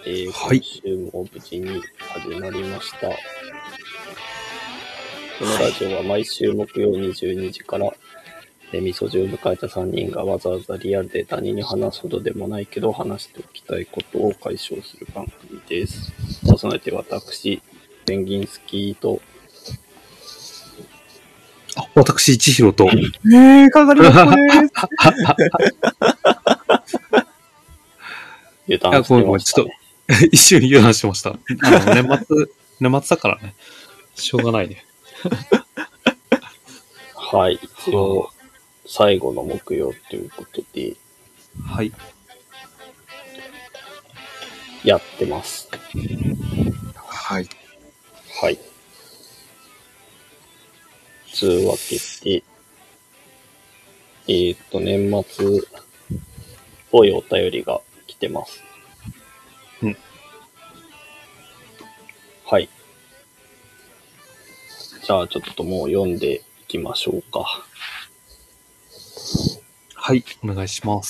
今はい。 週も無事に始まりました。このラジオは毎週木曜22時から、みそじを迎えた3人がわざわざリアルで他人に話すほどでもないけど話しておきたいことを解消する番組です。パーソナリティは私、ペンギンスキーと、 私、千尋と。 かかりまこです。 油断してましたね。 一瞬油断しました。年末だからね。しょうがないね。 はい。一応、最後の木曜ということで、 はい。 やってます。 はい。 はい。つうわけで、年末っぽいお便りが来てます。 うん。 はい。じゃあちょっともう読んでいきましょうか。 はい、お願いします。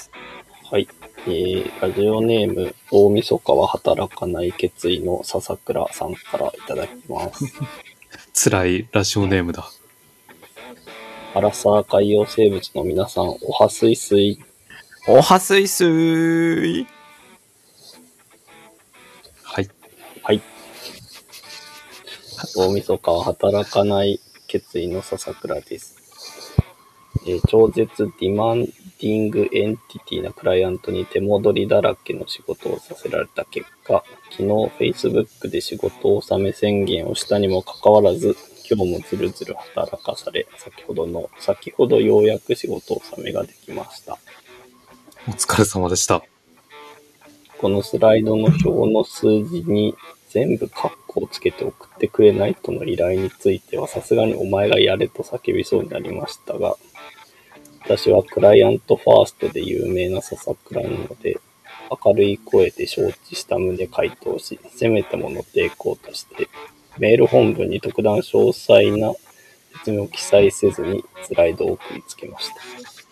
はい。ラジオネーム、大晦日は働かない決意の笹倉さんからいただきます。 辛いラジオネームだ。 アラサー海洋生物の皆さん、おはすいすい。 おはすいすーい。 はい。 はい。大晦日は働かない決意の笹倉です。超絶ディマンディングエンティティなクライアントに手戻りだらけの仕事をさせられた結果、昨日 Facebook で仕事納め宣言をしたにもかかわらず、今日もずるずる働かされ、先ほどようやく仕事納めができました。 お疲れ様でした。 このスライドの表の数字に全部カッコをつけて送ってくれないとの依頼についてはさすがにお前がやれと叫びそうになりましたが、私はクライアントファーストで有名な笹倉なので、明るい声で承知した旨回答し、せめてもの抵抗として、メール本文に特段詳細な説明を記載せずにスライドを送りつけました。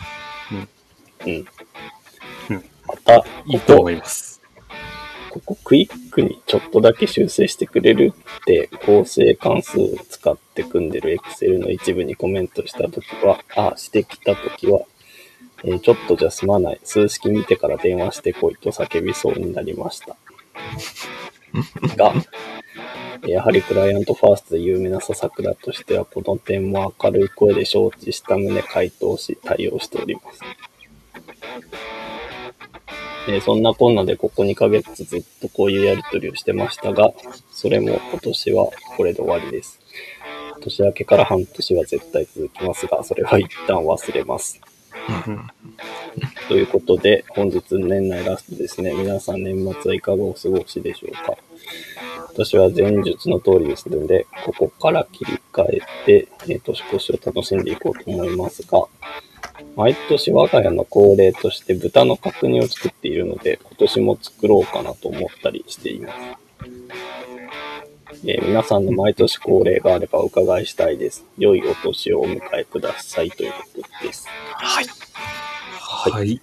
また、 いいと思います。 ここクイックにちょっとだけ修正してくれるって構成関数を使って組んでる Excel の一部にコメントしたときは、してきたときは、ちょっとじゃ済まない。数式見てから電話してこいと叫びそうになりました。が、やはりクライアントファーストで有名な笹倉としては、この点も明るい声で承知した旨回答し対応しております。そんなこんなでここ2ヶ月ずっとこういうやり取りをしてましたが、それも今年はこれで終わりです。年明けから半年は絶対続きますが、それは一旦忘れます。ということで、本日年内ラストですね。皆さん年末はいかがお過ごしでしょうか。私は前述の通りですので、ここから切り替えて、年越しを楽しんでいこうと思いますが、毎年我が家の恒例として豚の角煮を作っているので、今年も作ろうかなと思ったりしています。皆さんの毎年恒例があればお伺いしたいです。良いお年をお迎えくださいということです。 はい。 はい。い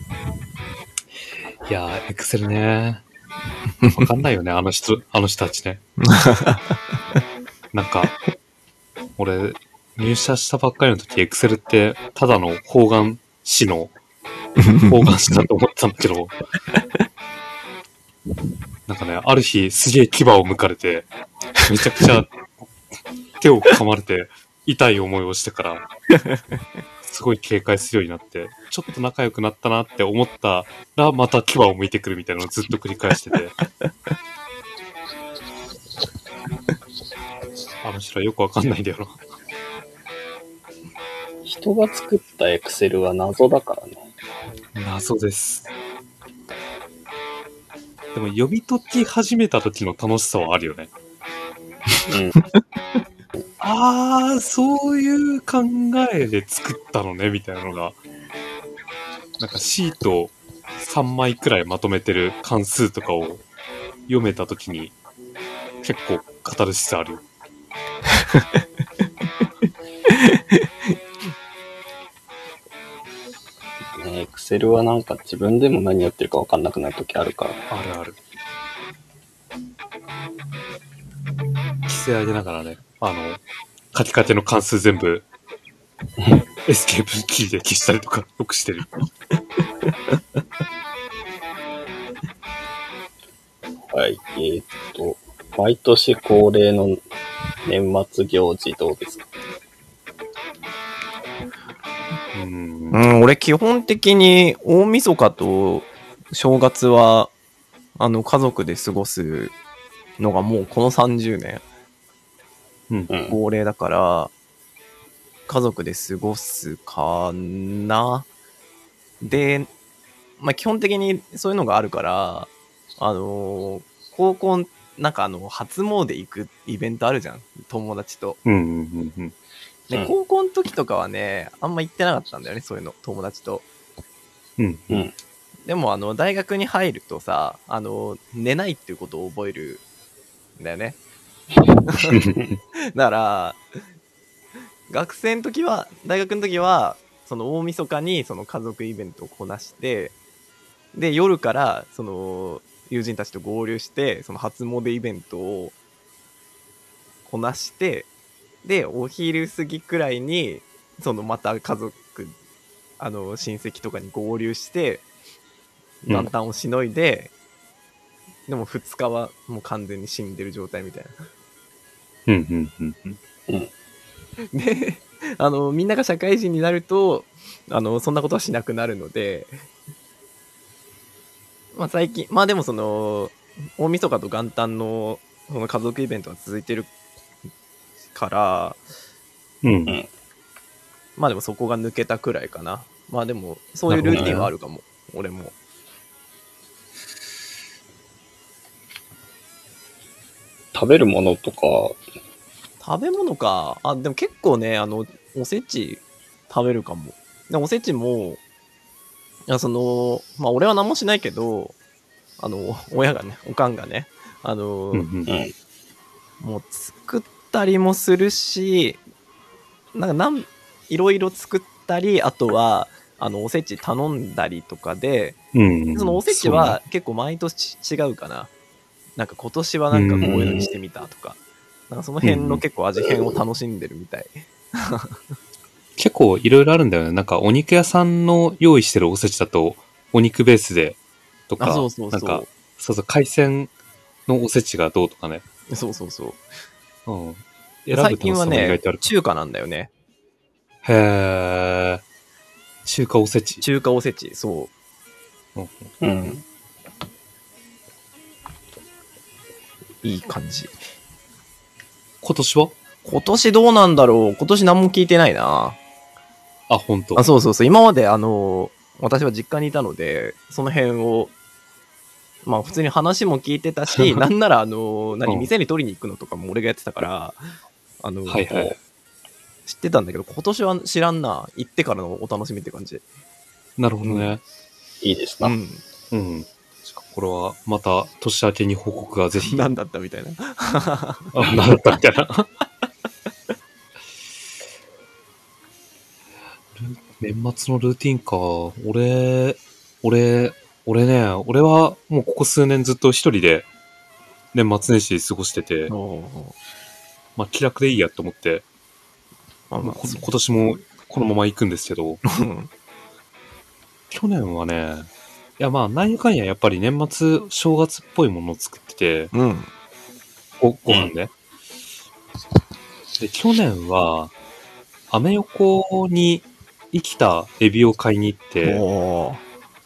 やー、エクセルね。わかんないよね、あの人たちね。なんか、俺、入社したばっかりの時、エクセルって、ただの方眼紙だと思ってたんだけど、なんかね、ある日、すげえ牙を剥かれて、めちゃくちゃ手を噛まれて、痛い思いをしてから、すごい警戒するようになって、ちょっと仲良くなったなって思ったら、また牙を剥いてくるみたいなのをずっと繰り返してて、あの人はよくわかんないんだよな。 人が作ったエクセルは謎だからね。 謎です。でも読み解き始めた時の楽しさはあるよね。そういう考えで作ったのね、みたいなのが。なんかシート3枚くらいまとめてる関数とかを読めた時に結構カタルシスある。 エクセルはなんか自分でも何やってるか分かんなくなるときあるから。 あるある。 性上げながらね、書きかけの関数全部、エスケープキーで消したりとかよくしてる。 はい。毎年恒例の年末行事どうですか？ 俺基本的に大晦日と正月は、家族で過ごすのがもうこの30年、恒例だから、家族で過ごすかな。で、まあ基本的にそういうのがあるから、高校、なんか初詣行くイベントあるじゃん。友達と。で、高校の時とかはね、あんま行ってなかったんだよね、そういうの、友達と。でも、大学に入るとさ、寝ないっていうことを覚えるんだよね。だから、大学の時は、その大晦日にその家族イベントをこなして、で、夜から、その、友人たちと合流して、その初詣イベントをこなして、で、お昼過ぎくらいに、そのまた家族、親戚とかに合流して、元旦をしのいで、でも2日はもう完全に死んでる状態みたいな。で、みんなが社会人になると、そんなことはしなくなるので、まあ最近、まあでもその、大晦日と元旦のその家族イベントが続いてるから、まあでもそこが抜けたくらいかな。まあでも、そういうルーティンはあるかも、俺も。 食べるものとか。 食べ物か。でも結構ね、おせち食べるかも。でもおせちも、まあ俺は何もしないけど、親がね、おかんがね、もう作ったりもするし、いろいろ作ったり、あとは、おせち頼んだりとかで、そのおせちは結構毎年違うかな。なんか今年はなんかこういうのにしてみたとか、なんかその辺の結構味変を楽しんでるみたい。 結構いろいろあるんだよね。なんかお肉屋さんの用意してるおせちだと、お肉ベースでとか、なんか、海鮮のおせちがどうとかね。 選ぶ最近はね、中華なんだよね。 へー。中華おせち。 中華おせち、そう。いい感じ。 今年は？ 今年どうなんだろう。今年何も聞いてないな。 本当。 そう。今まで私は実家にいたので、その辺を、まあ普通に話も聞いてたし、なんなら店に取りに行くのとかも俺がやってたから、知ってたんだけど、今年は知らんな。行ってからのお楽しみって感じ。 なるほどね。 いいですな。 これはまた年明けに報告がぜひ。 何だったみたいな。 何だったみたいな。年末のルーティンか。俺はもうここ数年ずっと一人で年末年始過ごしてて、まあ気楽でいいやと思って、今年もこのまま行くんですけど、去年はね、いやまあ何やかんややっぱり年末正月っぽいものを作ってて、ご飯ね。で、去年はアメ横に生きたエビを買いに行って、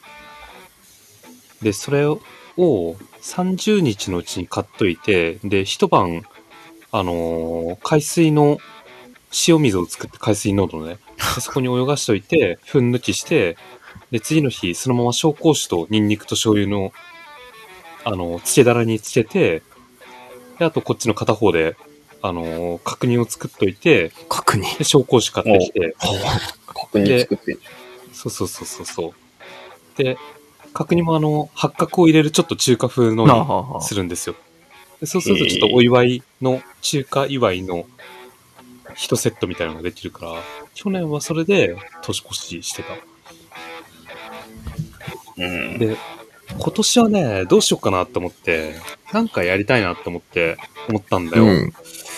で、それを30日のうちに買っといて、で、一晩、海水の塩水を作って海水濃度のね、そこに泳がしといて、粉抜きして、で、次の日、そのまま紹興酒とニンニクと醤油の、漬けだらにつけて、で、あとこっちの片方で、角煮を作っといて、 角煮で、紹興酒買ってきて、 角煮作ってる。 そう。で、角煮も八角を入れるちょっと中華風のにするんですよ。でそうするとちょっとお祝いの、中華祝いの一セットみたいなのができるから、去年はそれで年越ししてた。で、今年はね、どうしようかなと思って、なんかやりたいなと思ったんだよ。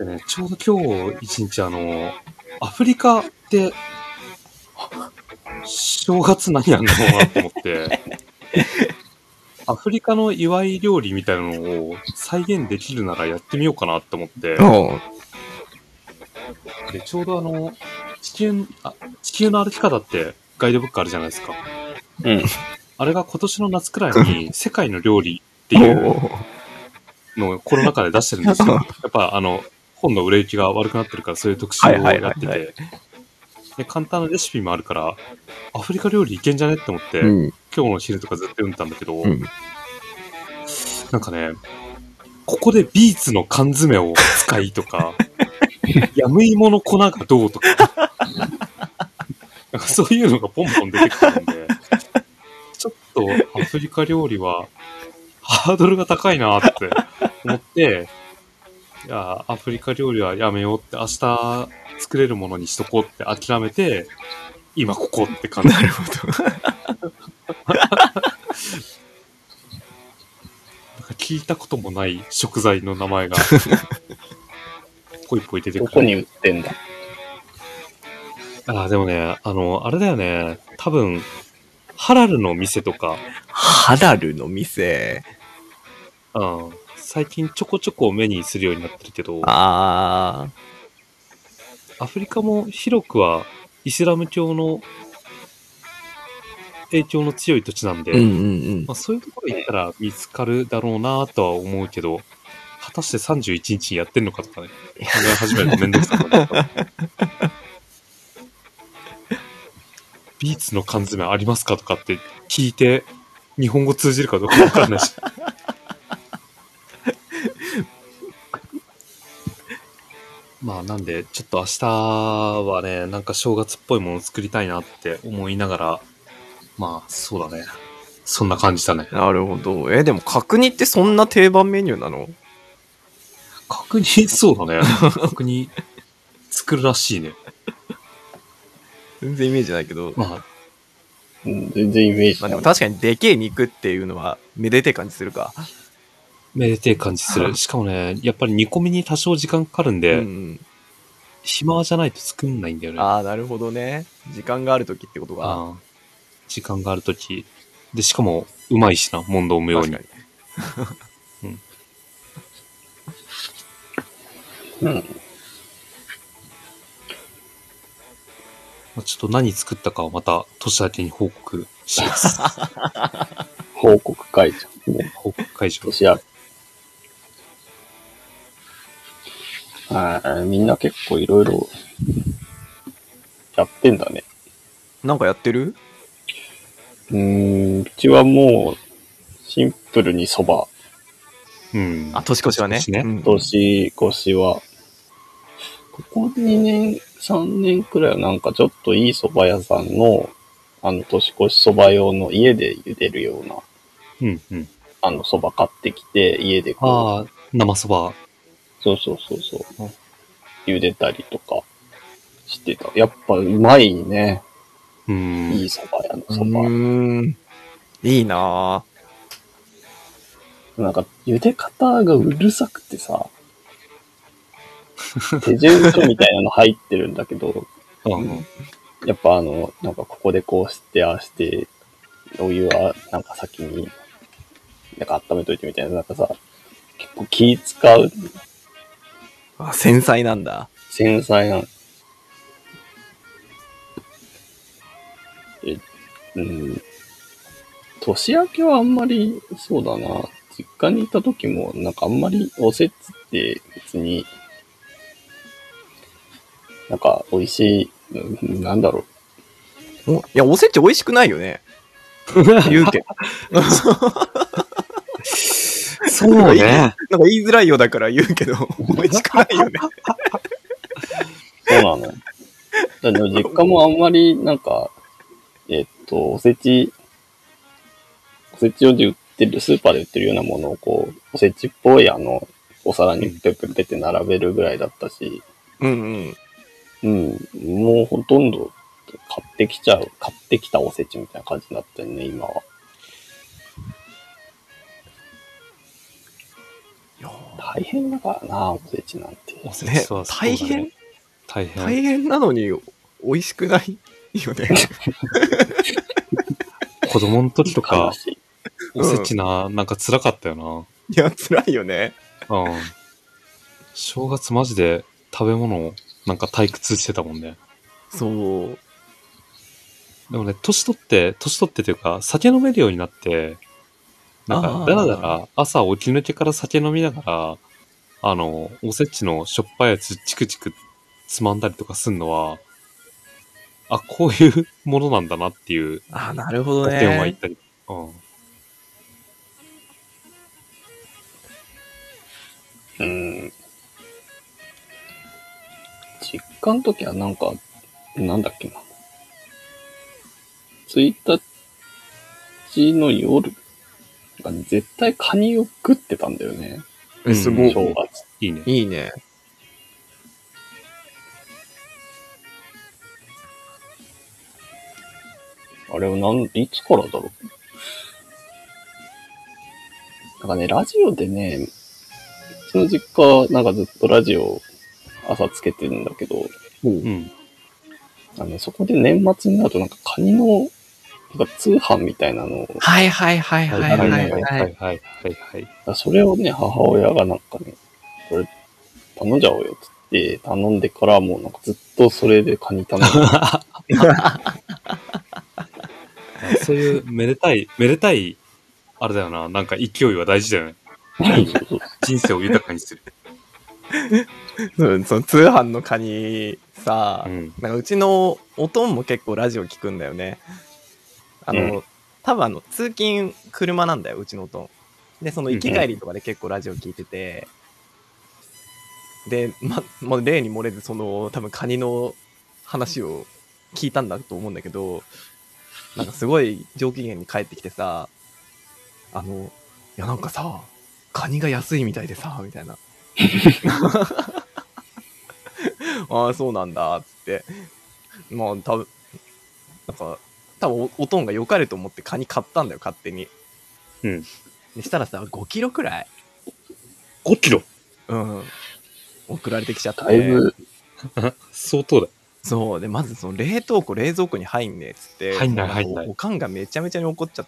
でね、ちょうど今日一日アフリカって正月何やんのかなと思って、アフリカの祝い料理みたいなのを再現できるならやってみようかなって思って、 おうで、ちょうど地球の歩き方ってガイドブックあるじゃないですか。 うん。 あれが今年の夏くらいに世界の料理っていうのをコロナ禍で出してるんですよ。やっぱ本の売れ行きが悪くなってるからそういう特集をやってて、で、簡単なレシピもあるから、アフリカ料理いけんじゃねって思って、 うん。 今日の昼とかずっと読んでたんだけど、 うん。 なんかね、ここでビーツの缶詰を使いとか、ヤムイモの粉がどうとか、なんかそういうのがポンポン出てくるんで、ちょっとアフリカ料理はハードルが高いなって思って、いや、アフリカ料理はやめようって明日作れるものにしとこうって諦めて、今ここって感じ。 なるほど。 なんか聞いたこともない食材の名前がポイポイ出てくる。 どこに売ってんだ？ でもね、あれだよね。多分、ハラルの店とか、 ハラルの店。 最近ちょこちょこ目にするようになってるけど、 あアフリカも広くはイスラム教の影響の強い土地なんで、 うんうんうん。 まあ、そういうところ行ったら見つかるだろうなとは思うけど、果たして31日にやってんのかとかね、考え始めるとめんどくさくなった。ビーツの缶詰ありますかとかって聞いて、日本語通じるかどうかわかんないし。まあなんで、ちょっと明日はね、なんか正月っぽいものを作りたいなって思いながら、まあそうだね。そんな感じだね。 なるほど。でも角煮ってそんな定番メニューなの？ 角煮、そうだね。角煮作るらしいね。 全然イメージないけど。 まあ、 全然イメージまあない。 でも確かにでけえ肉っていうのはめでてえ感じするか。 めでてえ感じする。しかもね、やっぱり煮込みに多少時間かかるんうんで、 うん。 暇じゃないと作んないんだよね。 ああ、なるほどね。時間があるときってことが。 ああ時間があるとき。で、しかも、うまいしな、問答無用に。 確かに。 うん。 まあちょっと何作ったかはまた年明けに報告します。 報告会じゃん。ね、 報告会場。 年明け。みんな結構いろいろやってんだね。 なんかやってる？ うちはもうシンプルにそば。 うん。 あ、年越しはね。 年ねうん年越しは、ここ2年、3年くらいはなんかちょっといい蕎麦屋さんの、年越し蕎麦用の家で茹でるような、 うんうん。 蕎麦買ってきて、家でこああ、生そば。 う、そう、茹でたりとかしてた。やっぱうまいね。 うん。 いい蕎麦屋のう蕎麦。 ーん。いいななんか、茹で方がうるさくてさ、手順書みたいなの入ってるんだけど、 うんやっぱなんかここでこうしてああして、お湯はなんか先に、なんか温めといてみたいな、なんかさ、結構気使う、 あ。繊細なんだ。 繊細な、年明けはあんまり、そうだな、実家にいた時も、なんかあんまりおせちって別に、なんか美味しい、なんだろいや、おせち美味しくないよね。言うけど。 そうね。 なんか言いづらいようだから言うけど、美味しくないよね。 う、そうなの。だでも実家もあんまり、なんか、おせち用で売ってる、スーパーで売ってるようなものをこう、おせちっぽいお皿にペッペッペって並べるぐらいだったし、 うんうん。 もうほとんど買ってきたおせちみたいな感じになってるね、今は。大変だからな、おせちなんて。 おせちはそうだね。 大変大変。 大変なのに美味しくないよね。 子供の時と悲か、 しい。 おせちなんか辛かったよいや、辛いよね。 な。うん。正月マジで食べ物をなんか退屈してたもんね。 そう。 でもね、年取ってというか、酒飲めるようになって、なんか、だらだら朝起き抜けから酒飲みながら、おせちのしょっぱいやつチクチクつまんだりとかすんのは、あ、こういうものなんだなっていうあ、なるほど合点は言っね。 たり。うん。 実家の時はなんか、なんだっけな。1日の夜が絶対カニを食ってたんだよね。 すごい。 正月。 いいね。 いいね。 あれはいつからだろう。なんかね、ラジオでね、うちの実家なんかずっとラジオ朝つけてるんだけど、 うん。 そこで年末になるとなんかカニのなんか通販みたいなのを、 はいはいはいはいはいはい。 はいはい。 それをね、母親がなんかね、これ頼んじゃおうよっつって頼んでからもうなんかずっとそれでカニ頼んでそういうめでたい、あれだよな。なんか勢いは大事だよね。人生を豊かにする。 その通販のカニさ、 うんなんかうちのおとんも結構ラジオ聞くんだよね。多分通勤車なんだよ、うちのおとん。で、その行き帰りとかで結構ラジオ聞いてて、で、もう例に漏れず、その、多分カニの話を聞いたんだと思うんだけど、なんかすごい上機嫌に帰ってきてさ、いやなんかさ、カニが安いみたいでさ、みたいな。ああ、そうなんだ、つって。まあ、なんか、多分おとんが良かれと思ってカニ買ったんだよ、勝手に。 うん。 でしたらさ、5キロくらい 5キロ送られてきちゃって。 だいぶ、 相当だ。 そう。で、まずその冷蔵庫に入んねえっつって。 入んない。 おかんがめちゃめちゃに怒っちゃって。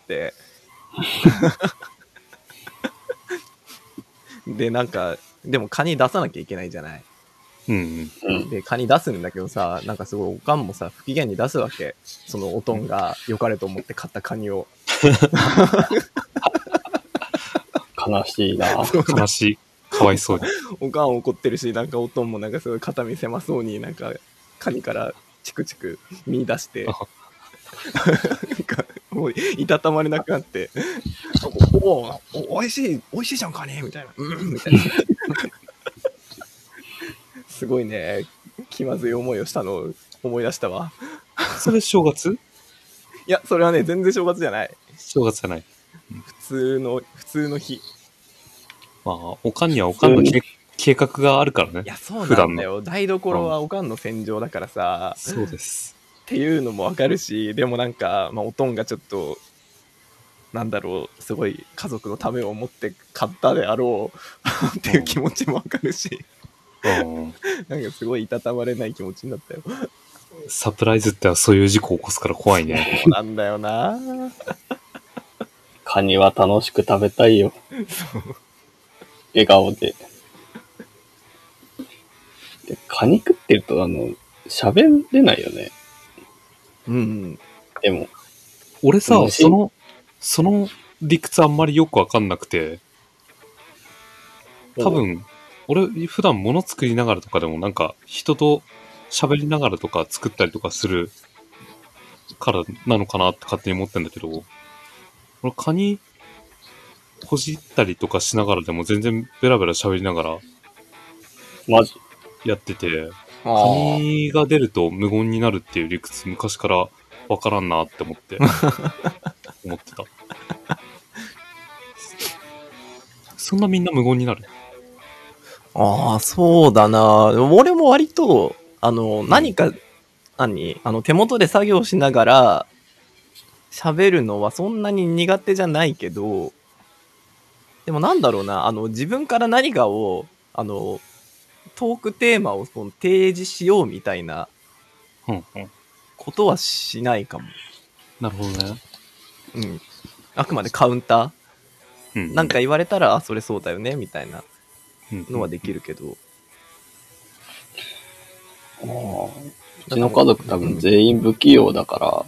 で、なんか、でもカニ出さなきゃいけないじゃない。 うんで、カニ出すんだけどさ、なんかすごいおかんもさ、不機嫌に出すわけ。そのおとんが良かれと思って買ったカニを。 悲しいな。 悲しい。かわいそうに。 おかん怒ってるし、なんかおとんもなんかすごい肩身狭そうになんかカニからチクチク見出して、なんかもういたたまれなくなって、おいしいじゃんカニみたいな、みたいな。すごいね、気まずい思いをしたのを思い出したわ。 それ正月？ いや、それはね、全然正月じゃない。 正月じゃない。 普通の日。 まあ、おかんにはおかんの計画があるからね。 いや、そうなんだよ。台所はおかんの戦場だからさ。 そうです。 っていうのもわかるし、でもなんか、まあ、おとんがちょっと、なんだろう、すごい家族のためを思って買ったであろうっていう気持ちもわかるし、なんかすごいいたたまれない気持ちになったよ。 サプライズってはそういう事故を起こすから怖いね。 そうなんだよな。 カニは楽しく食べたいよ。笑顔で。でカニ食ってると喋れないよね。 うん。 でも。 俺さ、 虫その理屈あんまりよくわかんなくて、多分、俺普段物作りながらとかでもなんか人と喋りながらとか作ったりとかするからなのかなって勝手に思ってんだけど、俺カニほじったりとかしながらでも全然ベラベラ喋りながらマジやってて、カあニが出ると無言になるっていう理屈昔からわからんなって思ってた。そんなみんな無言になる？ あ、そうだな。俺も割と、何か、手元で作業しながら喋るのはそんなに苦手じゃないけど、でもなんだろうな、自分から何かを、 トークテーマをその提示しようみたいなうんうん。 ことはしないかも。 なるほどね。 うん。あくまでカウンタうん。 ーなんか言われたら、あ、それそうだよね、みたいなのはできる。 るけど。 うちの家族多分全員不器用だ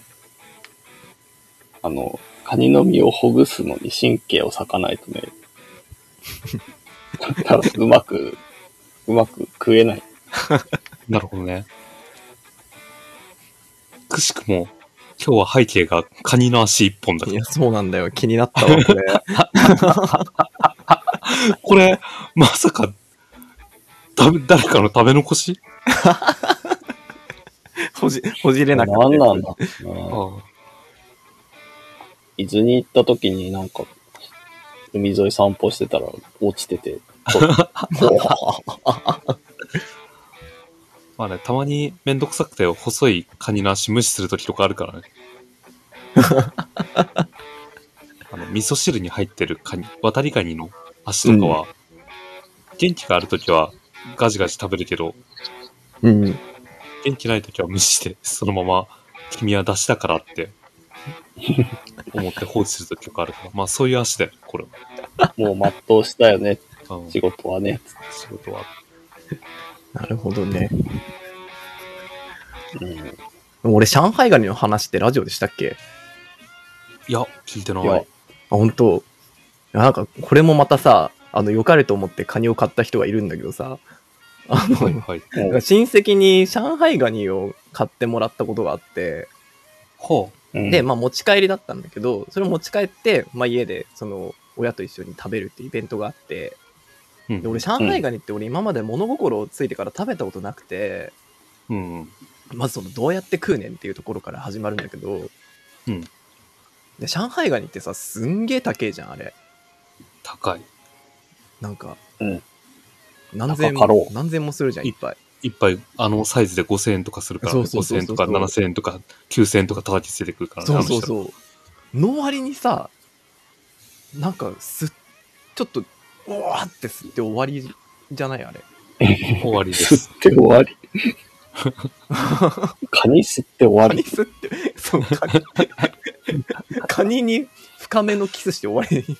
から、カニの身をほぐすのに神経を割かないとね、多分うまく食えない。 なるほどね。くしくも、今日は背景がカニの足一本だからいや、。そうなんだよ。気になったわ、これ。 これ、まさか、誰かの食べ残しほじれなかったやつ。 なんなんだ。 あ伊豆に行った時になんか、海沿い散歩してたら落ちてて、 まあね、たまにめんどくさくて細いカニの足無視するときとかあるからね。味噌汁に入ってるカニ、渡りガニの足とかは、元気があるときはガジガジ食べるけど、 うん。 元気ないときは無視して、そのまま君は出汁だからって思って放置するときとかあるから、まあそういう足だよ、これは。 もう全うしたよね、 うん仕事はね。 仕事は。 なるほどね。 うん。 でも俺、上海ガニの話ってラジオでしたっけ？ いや、聞いてない。 いやあ、本当。いやなんか、これもまたさ、良かれと思ってカニを買った人がいるんだけどさ、 はいはい。 もう親戚に上海ガニを買ってもらったことがあって、 ほうんで、まあ持ち帰りだったんだけど、それを持ち帰って、まあ家で、親と一緒に食べるってイベントがあって、 う。うんで、俺、上海ガニって俺今まで物心ついてから食べたことなくて、 うん。 まずどうやって食うねんっていうところから始まるんだけど、 うん。 で、上海ガニってさ、すんげえ高えじゃん、あれ。 高い。 なんか、 うん何千高かろう何千もするじゃん、いっぱい。 一杯、サイズで5000円とかするから、ね、 そうそうそうそう 5000円とか7000円とか9000円とか叩きつけてくるからね。 そうそうう。 そう。の割にさ、なんか、ちょっと、おわーって吸って終わりじゃないあれ。 終わりで吸す。 って終わり。カニ吸って終わり。 カニ吸って、そう、カニに深めのキスして終わり。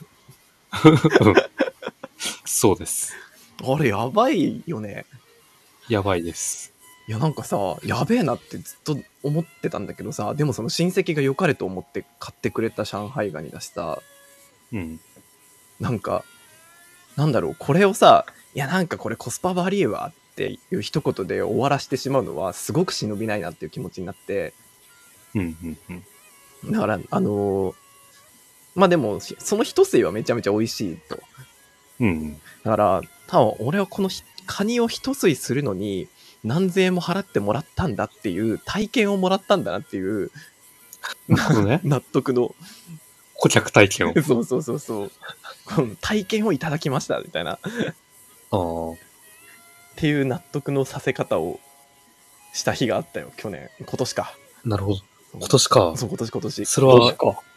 そうです。 あれ、やばいよね。 やばいです。 いや、なんかさ、やべえなってずっと思ってたんだけどさ、でもその親戚が良かれと思って買ってくれた上海ガニだしさ、 うん。 なんか、なんだろう、これをさ、いや、なんかこれコスパ悪いわっていう一言で終わらしてしまうのは、すごく忍びないなっていう気持ちになって、 うんうんうん。 だから、まあでも、その一吸いはめちゃめちゃ美味しいと。 うん。 だから、多分俺はこのカニを一吸いするのに、何千円も払ってもらったんだっていう体験をもらったんだなっていうなるほどね。 納得の顧客体験を。 そうそうそうそうこの体験をいただきましたみたいなっああ。 ていう納得のさせ方をした日があったよ今年かなるほど。今年か。 そう今年それはどうしか。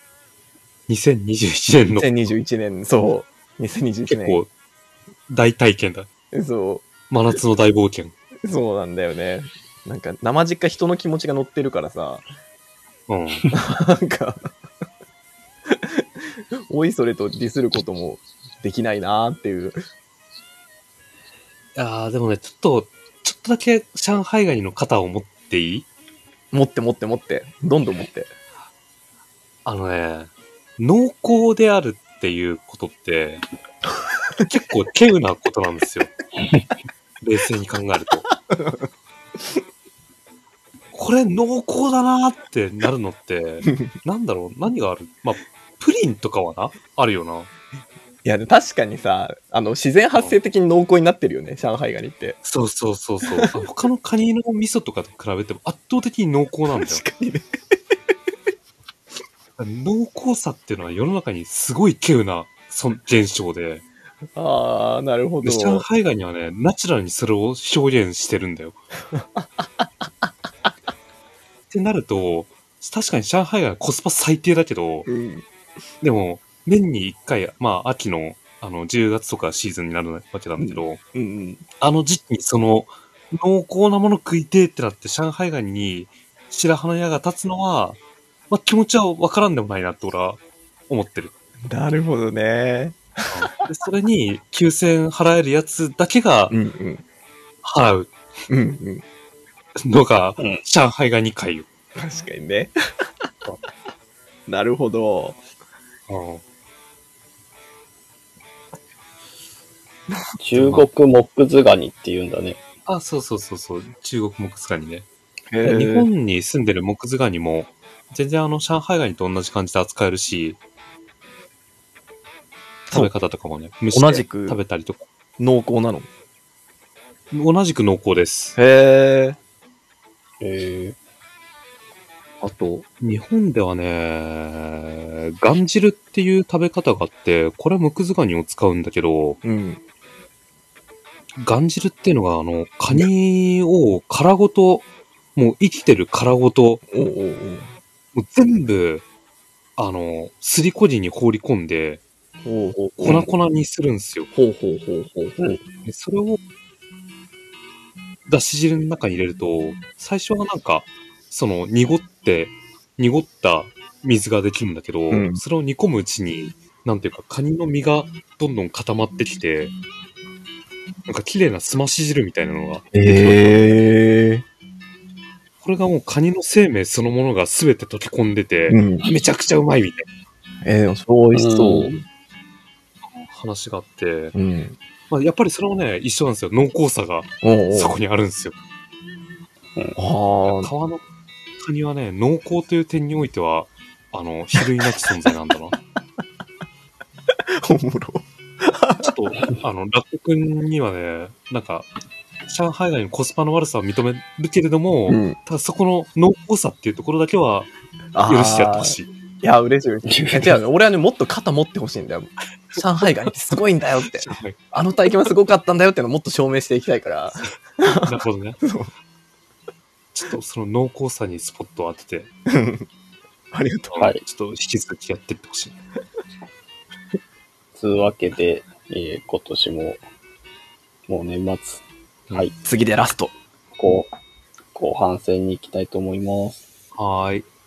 2021年の 2021年そう2021年結構大体験だ。 そ真夏の大冒険。 うそうなんだよねなんか生実家人の気持ちが乗ってるからさうん。 なんかおいそれとディスることもできないなーっていうああ、でもね、ちょっとだけ上海ガニの肩を持っていい？ 持ってどんどん持って濃厚であるっていうことって、結構稀有なことなんですよ。冷静に考えると。これ濃厚だなーってなるのって、なんだろう、何がある？まあ、プリンとかはな、あるよな。 いや確かにさ自然発生的に濃厚になってるよね上海ガニってそう。他のカニの味噌とかと比べても圧倒的に濃厚なんだよ。 確かにね濃厚さっていうのは世の中にすごい稀有な現象で、 ああなるほどで上海ガニはね、ナチュラルにそれを表現してるんだよ。ってなると、確かに上海ガニはコスパ最低だけど、 うんでも、年に1回、まあ、秋の 10月とかシーズンになるわけなんだけど、 うんうん。 あの時期にその、濃厚なもの食いてえってなって上海ガニに白羽の矢が立つのは、まあ、気持ちはわからんでもないなって俺は思ってる。 なるほどね。 でそれに9000円払えるやつだけがうんうん。 払ううんうん。 のがうん上海ガニ会よ。 確かにね。なるほど。 中国モックズガニって言うんだね。 あ、そうそうそうそう。中国木津ガニね。 へ日本に住んでる木津ガニも、全然上海ガニと同じ感じで扱えるし、食べ方とかもね、蒸して同じく食べたりとか。 濃厚なの。 同じく濃厚です。 へえ。 へあと、日本ではね、ガン汁っていう食べ方があって、これはムクズガニを使うんだけど、 うん。 ガン汁っていうのが、カニを殻ごと、もう生きてる殻ごと、 おうおうおう。 もう全部、すりこぎに放り込んで、 ほうほう粉々にするんですよ。 ほうほうほうほうほう。 でそれを、だし汁の中に入れると、最初はなんか、濁った水ができるんだけど、 うんそれを煮込むうちに、なんていうか、カニの身がどんどん固まってきて、なんか綺麗なすまし汁みたいなのができるわけだ。 へえ。 これがもうカニの生命そのものが全て溶け込んでて、 うん。 めちゃくちゃうまいみたいでもそう美味しそう。 な話があって、 うん。 まあ、やっぱりそれもね、一緒なんですよ。濃厚さがおうおう。 そこにあるんですよ。 ああ。 川のカニはね、濃厚という点においては、比類なき存在なんだな。 おもろ。 ちょっと、ラッコ君にはね、なんか、上海ガニのコスパの悪さは認めるけれども、 うん。 ただそこの濃厚さっていうところだけはあ許してやってほしい。 いや、嬉しい嬉しい。違う、俺はね、もっと肩持ってほしいんだよ。上海ガニってすごいんだよって。 はいあの体験はすごかったんだよってのをもっと証明していきたいから。 なるほどね。 そうちょっとその濃厚さにスポットを当てて、 ありがとはい。 ちょっと引き続きやっていってほしい。 つうわけで、今年も、もう年末、はい、 う。次でラスト。 後半戦に行きたいと思います。 はーい。